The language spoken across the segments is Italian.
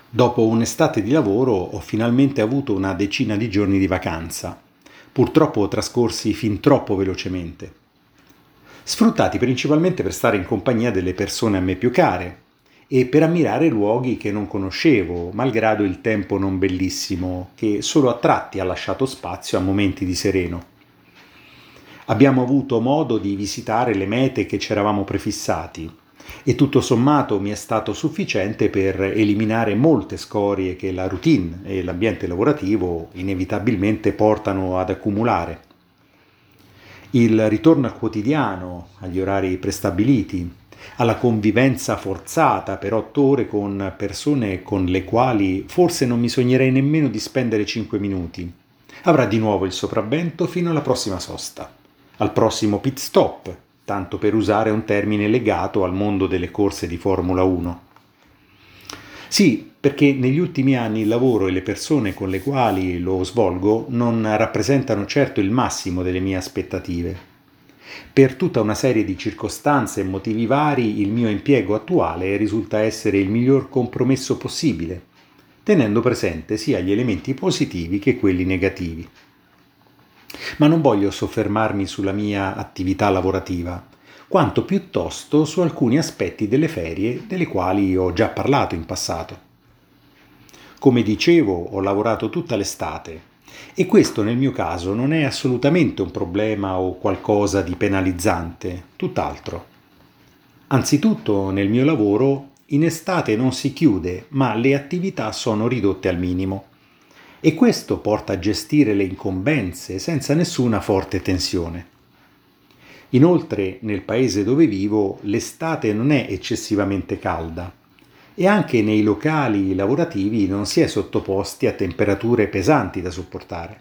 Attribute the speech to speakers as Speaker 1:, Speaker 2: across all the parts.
Speaker 1: Dopo un'estate di lavoro ho finalmente avuto una decina di giorni di vacanza, purtroppo trascorsi fin troppo velocemente, sfruttati principalmente per stare in compagnia delle persone a me più care e per ammirare luoghi che non conoscevo, malgrado il tempo non bellissimo, che solo a tratti ha lasciato spazio a momenti di sereno. Abbiamo avuto modo di visitare le mete che ci eravamo prefissati e tutto sommato mi è stato sufficiente per eliminare molte scorie che la routine e l'ambiente lavorativo inevitabilmente portano ad accumulare. Il ritorno al quotidiano, agli orari prestabiliti, alla convivenza forzata per 8 ore con persone con le quali forse non mi sognerei nemmeno di spendere 5 minuti, avrà di nuovo il sopravvento fino alla prossima sosta, al prossimo pit stop, tanto per usare un termine legato al mondo delle corse di Formula 1. Sì, perché negli ultimi anni il lavoro e le persone con le quali lo svolgo non rappresentano certo il massimo delle mie aspettative. Per tutta una serie di circostanze e motivi vari, il mio impiego attuale risulta essere il miglior compromesso possibile, tenendo presente sia gli elementi positivi che quelli negativi. Ma non voglio soffermarmi sulla mia attività lavorativa, quanto piuttosto su alcuni aspetti delle ferie delle quali ho già parlato in passato. Come dicevo, ho lavorato tutta l'estate e questo nel mio caso non è assolutamente un problema o qualcosa di penalizzante, tutt'altro. Anzitutto nel mio lavoro in estate non si chiude, ma le attività sono ridotte al minimo e questo porta a gestire le incombenze senza nessuna forte tensione. Inoltre, nel paese dove vivo, l'estate non è eccessivamente calda e anche nei locali lavorativi non si è sottoposti a temperature pesanti da sopportare.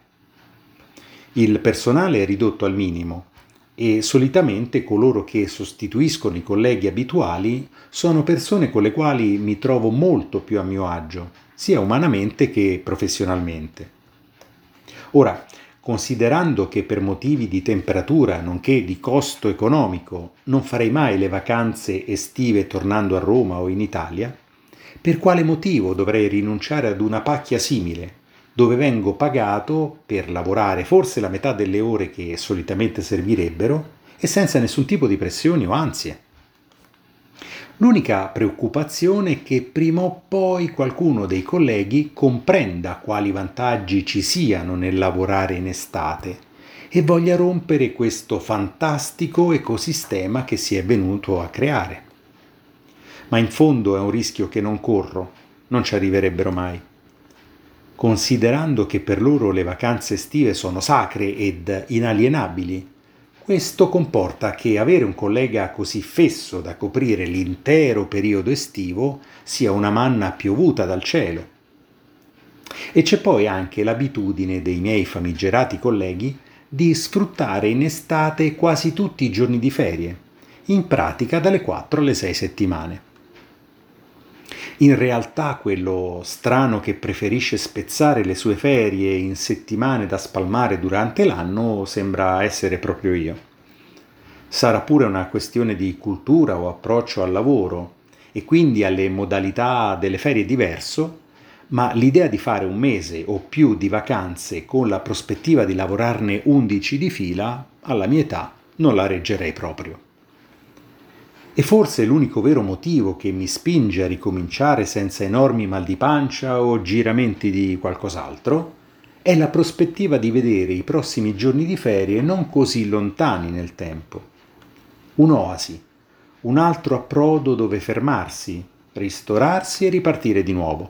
Speaker 1: Il personale è ridotto al minimo e solitamente coloro che sostituiscono i colleghi abituali sono persone con le quali mi trovo molto più a mio agio, sia umanamente che professionalmente. Ora, considerando che per motivi di temperatura, nonché di costo economico, non farei mai le vacanze estive tornando a Roma o in Italia, per quale motivo dovrei rinunciare ad una pacchia simile, dove vengo pagato per lavorare forse la metà delle ore che solitamente servirebbero e senza nessun tipo di pressioni o ansie? L'unica preoccupazione è che prima o poi qualcuno dei colleghi comprenda quali vantaggi ci siano nel lavorare in estate e voglia rompere questo fantastico ecosistema che si è venuto a creare. Ma in fondo è un rischio che non corro, non ci arriverebbero mai. Considerando che per loro le vacanze estive sono sacre ed inalienabili, questo comporta che avere un collega così fesso da coprire l'intero periodo estivo sia una manna piovuta dal cielo. E c'è poi anche l'abitudine dei miei famigerati colleghi di sfruttare in estate quasi tutti i giorni di ferie, in pratica dalle 4 alle 6 settimane. In realtà quello strano che preferisce spezzare le sue ferie in settimane da spalmare durante l'anno sembra essere proprio io. Sarà pure una questione di cultura o approccio al lavoro e quindi alle modalità delle ferie diverso, ma l'idea di fare un mese o più di vacanze con la prospettiva di lavorarne 11 di fila, alla mia età, non la reggerei proprio. E forse l'unico vero motivo che mi spinge a ricominciare senza enormi mal di pancia o giramenti di qualcos'altro è la prospettiva di vedere i prossimi giorni di ferie non così lontani nel tempo. Un'oasi, un altro approdo dove fermarsi, ristorarsi e ripartire di nuovo.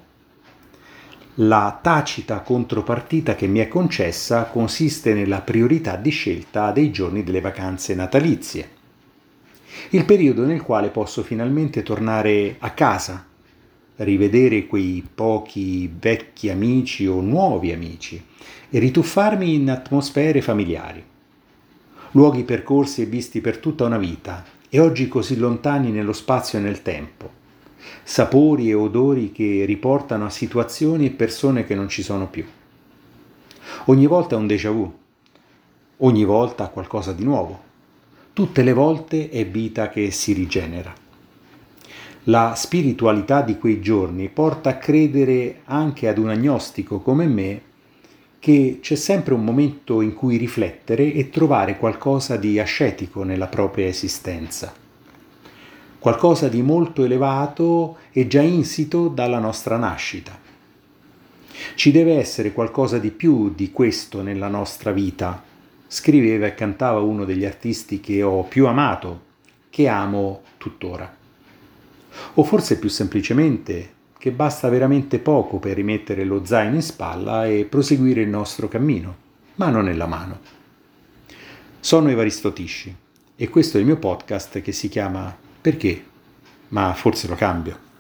Speaker 1: La tacita contropartita che mi è concessa consiste nella priorità di scelta dei giorni delle vacanze natalizie. Il periodo nel quale posso finalmente tornare a casa, rivedere quei pochi vecchi amici o nuovi amici e rituffarmi in atmosfere familiari. Luoghi percorsi e visti per tutta una vita e oggi così lontani nello spazio e nel tempo. Sapori e odori che riportano a situazioni e persone che non ci sono più. Ogni volta è un déjà vu, ogni volta qualcosa di nuovo. Tutte le volte è vita che si rigenera. La spiritualità di quei giorni porta a credere anche ad un agnostico come me che c'è sempre un momento in cui riflettere e trovare qualcosa di ascetico nella propria esistenza, qualcosa di molto elevato e già insito dalla nostra nascita. Ci deve essere qualcosa di più di questo nella nostra vita, scriveva e cantava uno degli artisti che ho più amato, che amo tuttora. O forse più semplicemente che basta veramente poco per rimettere lo zaino in spalla e proseguire il nostro cammino, mano nella mano. Sono Evaristo Tisci e questo è il mio podcast che si chiama Perché? Ma forse lo cambio.